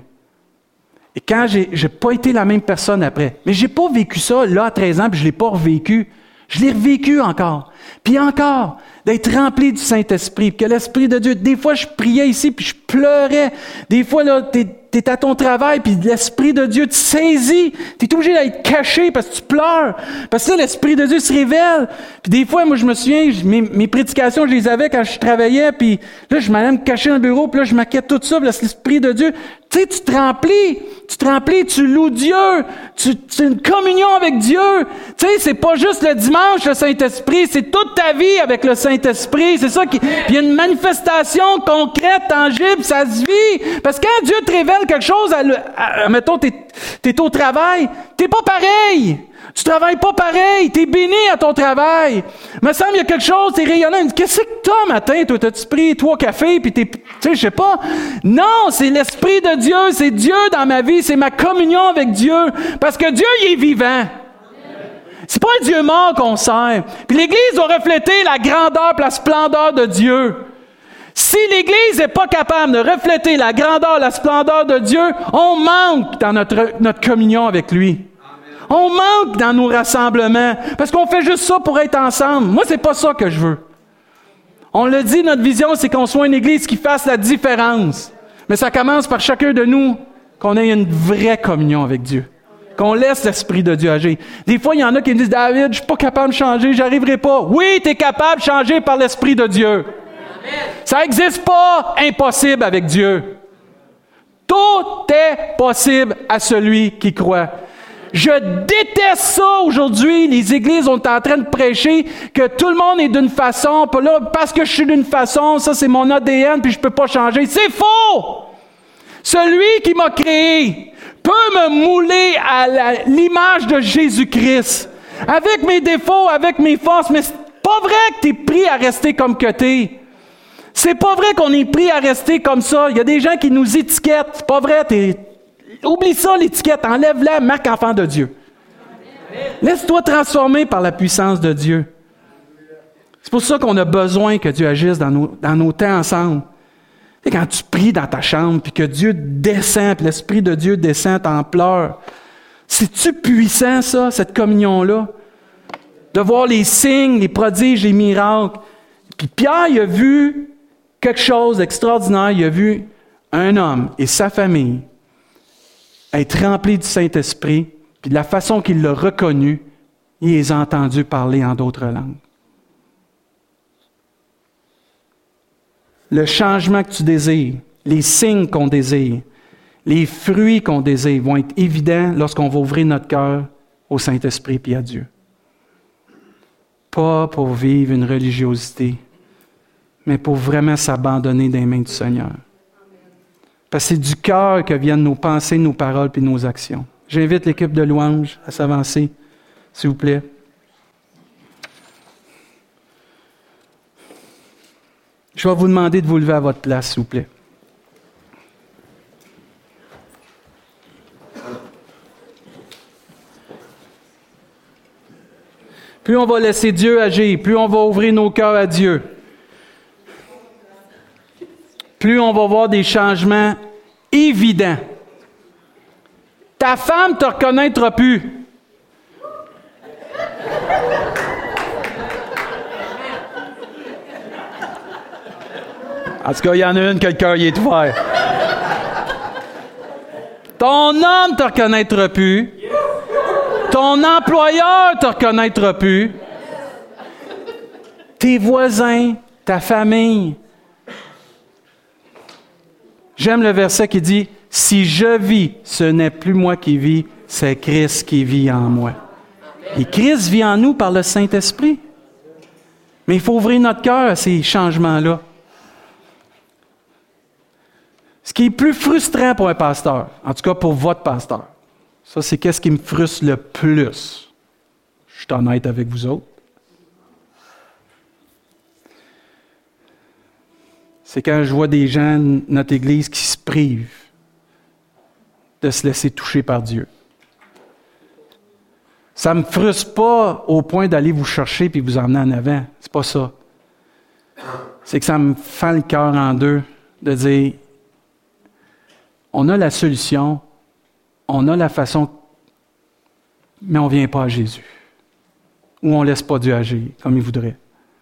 Et quand j'ai, j'ai pas été la même personne après, mais j'ai pas vécu ça là à treize ans, puis je l'ai pas revécu. Je l'ai revécu encore. Puis encore, d'être rempli du Saint-Esprit, puis que l'Esprit de Dieu, des fois je priais ici, puis je pleurais. Des fois, là, t'es, t'es à ton travail, puis l'Esprit de Dieu te saisit. T'es obligé d'être caché parce que tu pleures. Parce que là, l'Esprit de Dieu se révèle. Puis des fois, moi, je me souviens, mes, mes prédications, je les avais quand je travaillais, puis là, je m'allais me cacher dans le bureau, puis là, je maquette tout ça, puis là, l'Esprit de Dieu. Tu sais, tu te remplis, tu te remplis, tu loues Dieu, tu, tu as une communion avec Dieu. Tu sais, c'est pas juste le dimanche, le Saint-Esprit, c'est toute ta vie avec le Saint-Esprit. C'est ça qui... Puis il y a une manifestation concrète, tangible, ça se vit. Parce que quand Dieu te révèle quelque chose, à, à, à, mettons, t'es, t'es au travail, t'es pas pareil. Tu travailles pas pareil, t'es béni à ton travail. Il me semble qu'il y a quelque chose, t'es rayonnant. Qu'est-ce que t'as matin? Toi, t'as-tu pris trois cafés, puis t'es... Tu sais, je sais pas. Non, c'est l'Esprit de Dieu, c'est Dieu dans ma vie, c'est ma communion avec Dieu. Parce que Dieu, il est vivant. C'est pas un Dieu mort qu'on sert. Puis l'Église doit refléter la grandeur et la splendeur de Dieu. Si l'Église n'est pas capable de refléter la grandeur et la splendeur de Dieu, on manque dans notre, notre communion avec lui. On manque dans nos rassemblements, parce qu'on fait juste ça pour être ensemble. Moi, c'est pas ça que je veux. On le dit, notre vision, c'est qu'on soit une Église qui fasse la différence. Mais ça commence par chacun de nous, qu'on ait une vraie communion avec Dieu. Qu'on laisse l'Esprit de Dieu agir. Des fois, il y en a qui me disent, David, je suis pas capable de changer, j'arriverai pas. Oui, tu es capable de changer par l'Esprit de Dieu. Amen. Ça n'existe pas impossible avec Dieu. Tout est possible à celui qui croit. Je déteste ça aujourd'hui. Les églises sont en train de prêcher que tout le monde est d'une façon. Puis là, parce que je suis d'une façon, ça c'est mon A D N, puis je peux pas changer. C'est faux! Celui qui m'a créé peut me mouler à la, l'image de Jésus-Christ. Avec mes défauts, avec mes forces. Mais c'est pas vrai que tu es pris à rester comme que t'es. C'est pas vrai qu'on est pris à rester comme ça. Il y a des gens qui nous étiquettent. C'est pas vrai, t'es... Oublie ça, l'étiquette. Enlève-la, marque enfant de Dieu. Laisse-toi transformer par la puissance de Dieu. C'est pour ça qu'on a besoin que Dieu agisse dans nos, dans nos temps ensemble. Et quand tu pries dans ta chambre, puis que Dieu descend, puis l'Esprit de Dieu descend, t'en pleures. C'est-tu puissant, ça, cette communion-là? De voir les signes, les prodiges, les miracles. Puis Pierre, il a vu quelque chose d'extraordinaire. Il a vu un homme et sa famille être remplis du Saint-Esprit, puis de la façon qu'il l'a reconnu, il les a entendus parler en d'autres langues. Le changement que tu désires, les signes qu'on désire, les fruits qu'on désire vont être évidents lorsqu'on va ouvrir notre cœur au Saint-Esprit et à Dieu. Pas pour vivre une religiosité, mais pour vraiment s'abandonner dans les mains du Seigneur. Parce que c'est du cœur que viennent nos pensées, nos paroles et nos actions. J'invite l'équipe de louange à s'avancer, s'il vous plaît. Je vais vous demander de vous lever à votre place, s'il vous plaît. Plus on va laisser Dieu agir, plus on va ouvrir nos cœurs à Dieu, plus on va voir des changements évidents. Ta femme ne te reconnaîtra plus. En tout cas, il y en a une que le cœur y est ouvert. Ton homme ne te reconnaîtra plus. Ton employeur ne te reconnaîtra plus. Tes voisins, ta famille. J'aime le verset qui dit « Si je vis, ce n'est plus moi qui vis, c'est Christ qui vit en moi. » Et Christ vit en nous par le Saint-Esprit. Mais il faut ouvrir notre cœur à ces changements-là. Ce qui est plus frustrant pour un pasteur, en tout cas pour votre pasteur, ça c'est qu'est-ce qui me frustre le plus. Je suis honnête avec vous autres. C'est quand je vois des gens de notre Église qui se privent de se laisser toucher par Dieu. Ça ne me frustre pas au point d'aller vous chercher et vous emmener en avant. C'est pas ça. C'est que ça me fend le cœur en deux de dire on a la solution, on a la façon, mais on ne vient pas à Jésus. Ou on ne laisse pas Dieu agir comme il voudrait.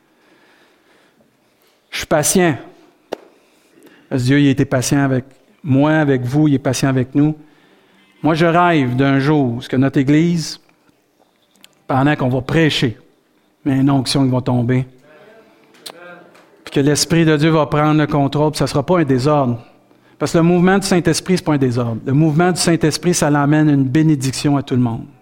Je suis patient. Parce que Dieu il a été patient avec moi, avec vous, il est patient avec nous. Moi, je rêve d'un jour où notre Église, pendant qu'on va prêcher, mais une onction qui va tomber, puis que l'Esprit de Dieu va prendre le contrôle, puis ça ne sera pas un désordre. Parce que le mouvement du Saint-Esprit, ce n'est pas un désordre. Le mouvement du Saint-Esprit, ça l'amène une bénédiction à tout le monde.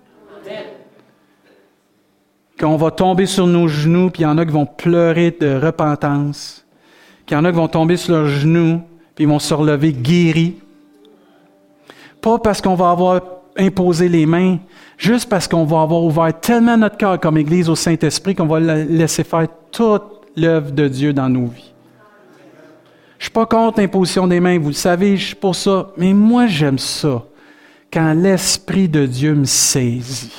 Qu'on va tomber sur nos genoux, puis il y en a qui vont pleurer de repentance. Qu'il y en a qui vont tomber sur leurs genoux, puis ils vont se relever guéris. Pas parce qu'on va avoir imposé les mains, juste parce qu'on va avoir ouvert tellement notre cœur comme Église au Saint-Esprit qu'on va laisser faire toute l'œuvre de Dieu dans nos vies. Je ne suis pas contre l'imposition des mains, vous le savez, je suis pour ça. Mais moi, j'aime ça, quand l'Esprit de Dieu me saisit.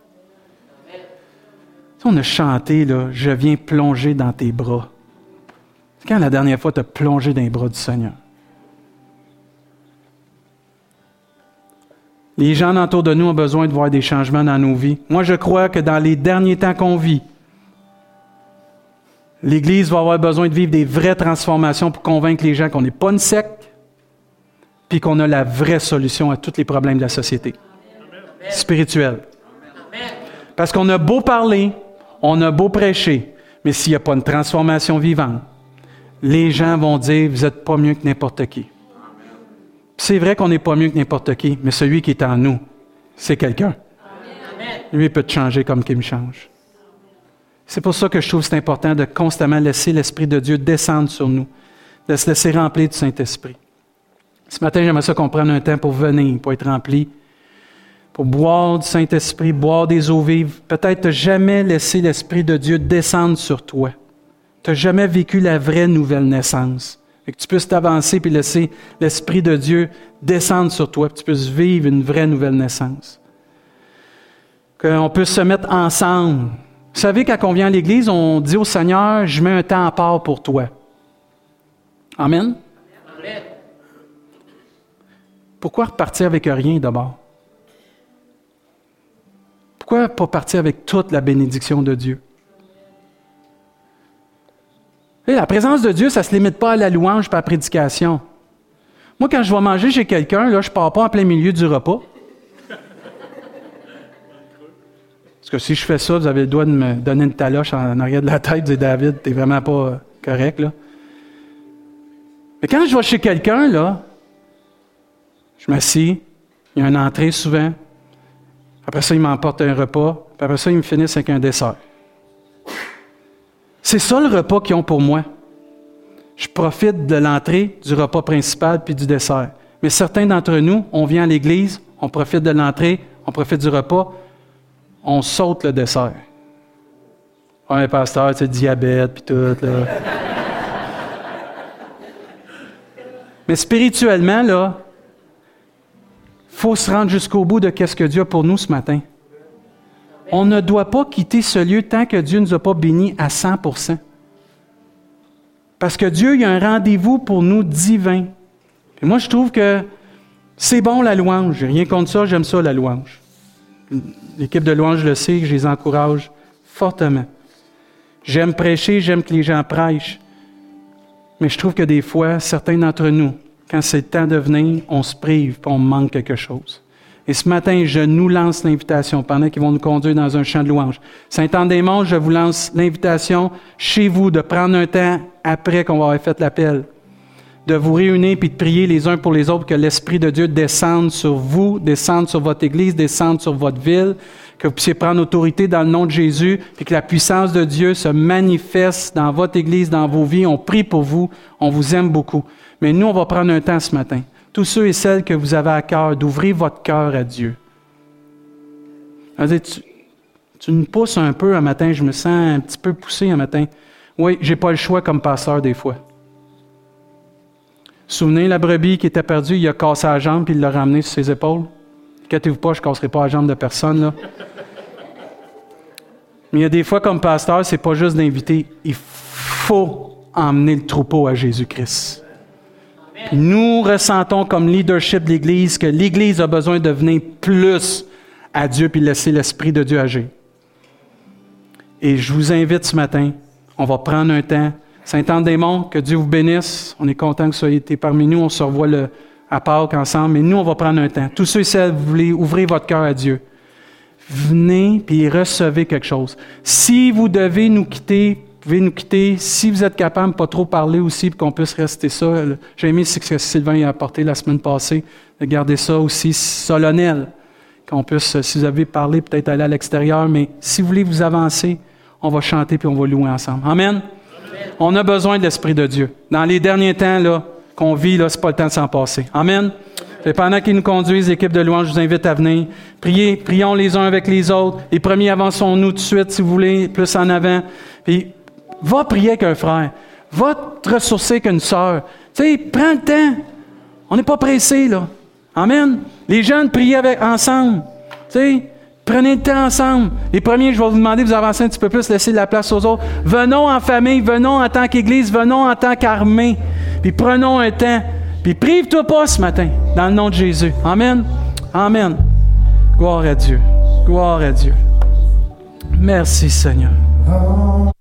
On a chanté, là, « Je viens plonger dans tes bras ». C'est quand la dernière fois tu as plongé dans les bras du Seigneur? Les gens autour de nous ont besoin de voir des changements dans nos vies. Moi, je crois que dans les derniers temps qu'on vit, l'Église va avoir besoin de vivre des vraies transformations pour convaincre les gens qu'on n'est pas une secte, puis qu'on a la vraie solution à tous les problèmes de la société spirituelle. Parce qu'on a beau parler, on a beau prêcher, mais s'il n'y a pas une transformation vivante, les gens vont dire « Vous n'êtes pas mieux que n'importe qui ». C'est vrai qu'on n'est pas mieux que n'importe qui, mais celui qui est en nous, c'est quelqu'un. Lui, il peut te changer comme qu'il me change. C'est pour ça que je trouve que c'est important de constamment laisser l'Esprit de Dieu descendre sur nous, de se laisser remplir du Saint-Esprit. Ce matin, j'aimerais ça qu'on prenne un temps pour venir, pour être rempli, pour boire du Saint-Esprit, boire des eaux vives. Peut-être tu n'as jamais laissé l'Esprit de Dieu descendre sur toi. Tu n'as jamais vécu la vraie nouvelle naissance. Et que tu puisses t'avancer et laisser l'Esprit de Dieu descendre sur toi, que tu puisses vivre une vraie nouvelle naissance. Qu'on puisse se mettre ensemble. Vous savez, quand on vient à l'Église, on dit au Seigneur, je mets un temps à part pour toi. Amen? Amen. Pourquoi repartir avec rien d'abord? Pourquoi pas partir avec toute la bénédiction de Dieu? Et la présence de Dieu, ça ne se limite pas à la louange et à la prédication. Moi, quand je vais manger chez quelqu'un, là, je ne pars pas en plein milieu du repas. Parce que si je fais ça, vous avez le droit de me donner une taloche en arrière de la tête, de dire David, t'es vraiment pas euh, correct, là. Mais quand je vais chez quelqu'un, là, je m'assis, il y a une entrée souvent, après ça, il m'emporte un repas, puis après ça, ils me finissent avec un dessert. C'est ça le repas qu'ils ont pour moi. Je profite de l'entrée, du repas principal puis du dessert. Mais certains d'entre nous, on vient à l'église, on profite de l'entrée, on profite du repas, on saute le dessert. Ah, un pasteur, tu sais, diabète puis tout, là. Mais spirituellement, là, il faut se rendre jusqu'au bout de ce que Dieu a pour nous ce matin. On ne doit pas quitter ce lieu tant que Dieu ne nous a pas bénis à cent pour cent. Parce que Dieu, il y a un rendez-vous pour nous divin. Et moi, je trouve que c'est bon la louange. J'ai rien contre ça, j'aime ça la louange. L'équipe de louange le sait, je les encourage fortement. J'aime prêcher, j'aime que les gens prêchent. Mais je trouve que des fois, certains d'entre nous, quand c'est le temps de venir, on se prive et on manque quelque chose. Et ce matin, je nous lance l'invitation pendant qu'ils vont nous conduire dans un chant de louange. Saint-Anne-des-Monts, je vous lance l'invitation chez vous de prendre un temps après qu'on va avoir fait l'appel, de vous réunir puis de prier les uns pour les autres, que l'Esprit de Dieu descende sur vous, descende sur votre Église, descende sur votre ville, que vous puissiez prendre autorité dans le nom de Jésus, puis que la puissance de Dieu se manifeste dans votre Église, dans vos vies. On prie pour vous, on vous aime beaucoup. Mais nous, on va prendre un temps ce matin. Tous ceux et celles que vous avez à cœur, d'ouvrir votre cœur à Dieu. Tu, tu me pousses un peu un matin, je me sens un petit peu poussé un matin. Oui, j'ai pas le choix comme pasteur des fois. Souvenez la brebis qui était perdue, il a cassé la jambe puis il l'a ramenée sur ses épaules. Inquiétez-vous pas, je ne casserai pas la jambe de personne, là. Mais il y a des fois, comme pasteur, c'est pas juste d'inviter. Il faut emmener le troupeau à Jésus-Christ. Puis nous ressentons comme leadership de l'Église que l'Église a besoin de venir plus à Dieu puis laisser l'Esprit de Dieu agir. Et je vous invite ce matin, on va prendre un temps. Saint-Anne-des-Monts, que Dieu vous bénisse. On est content que vous soyez été parmi nous. On se revoit le, à Pâques ensemble. Mais nous, on va prendre un temps. Tous ceux et celles, vous voulez ouvrir votre cœur à Dieu. Venez puis recevez quelque chose. Si vous devez nous quitter, vous pouvez nous quitter. Si vous êtes capable de pas trop parler aussi, pour qu'on puisse rester ça. J'ai aimé ce que Sylvain a apporté la semaine passée, de garder ça aussi solennel. Qu'on puisse, si vous avez parlé, peut-être aller à l'extérieur. Mais si vous voulez vous avancer, on va chanter puis on va louer ensemble. Amen. On a besoin de l'Esprit de Dieu. Dans les derniers temps là, qu'on vit, là, c'est pas le temps de s'en passer. Amen. Et pendant qu'ils nous conduisent, l'équipe de louange, je vous invite à venir. Priez, prions les uns avec les autres. Les premiers, avançons-nous tout de suite, si vous voulez, plus en avant. Puis, va prier avec un frère. Va te ressourcer avec une sœur. Tu sais, prends le temps. On n'est pas pressé, là. Amen. Les jeunes, priez avec, ensemble. Tu sais, prenez le temps ensemble. Les premiers, je vais vous demander de vous avancer un petit peu plus, laisser de la place aux autres. Venons en famille, venons en tant qu'Église, venons en tant qu'armée. Puis prenons un temps. Puis prive-toi pas ce matin, dans le nom de Jésus. Amen. Amen. Gloire à Dieu. Gloire à Dieu. Merci Seigneur.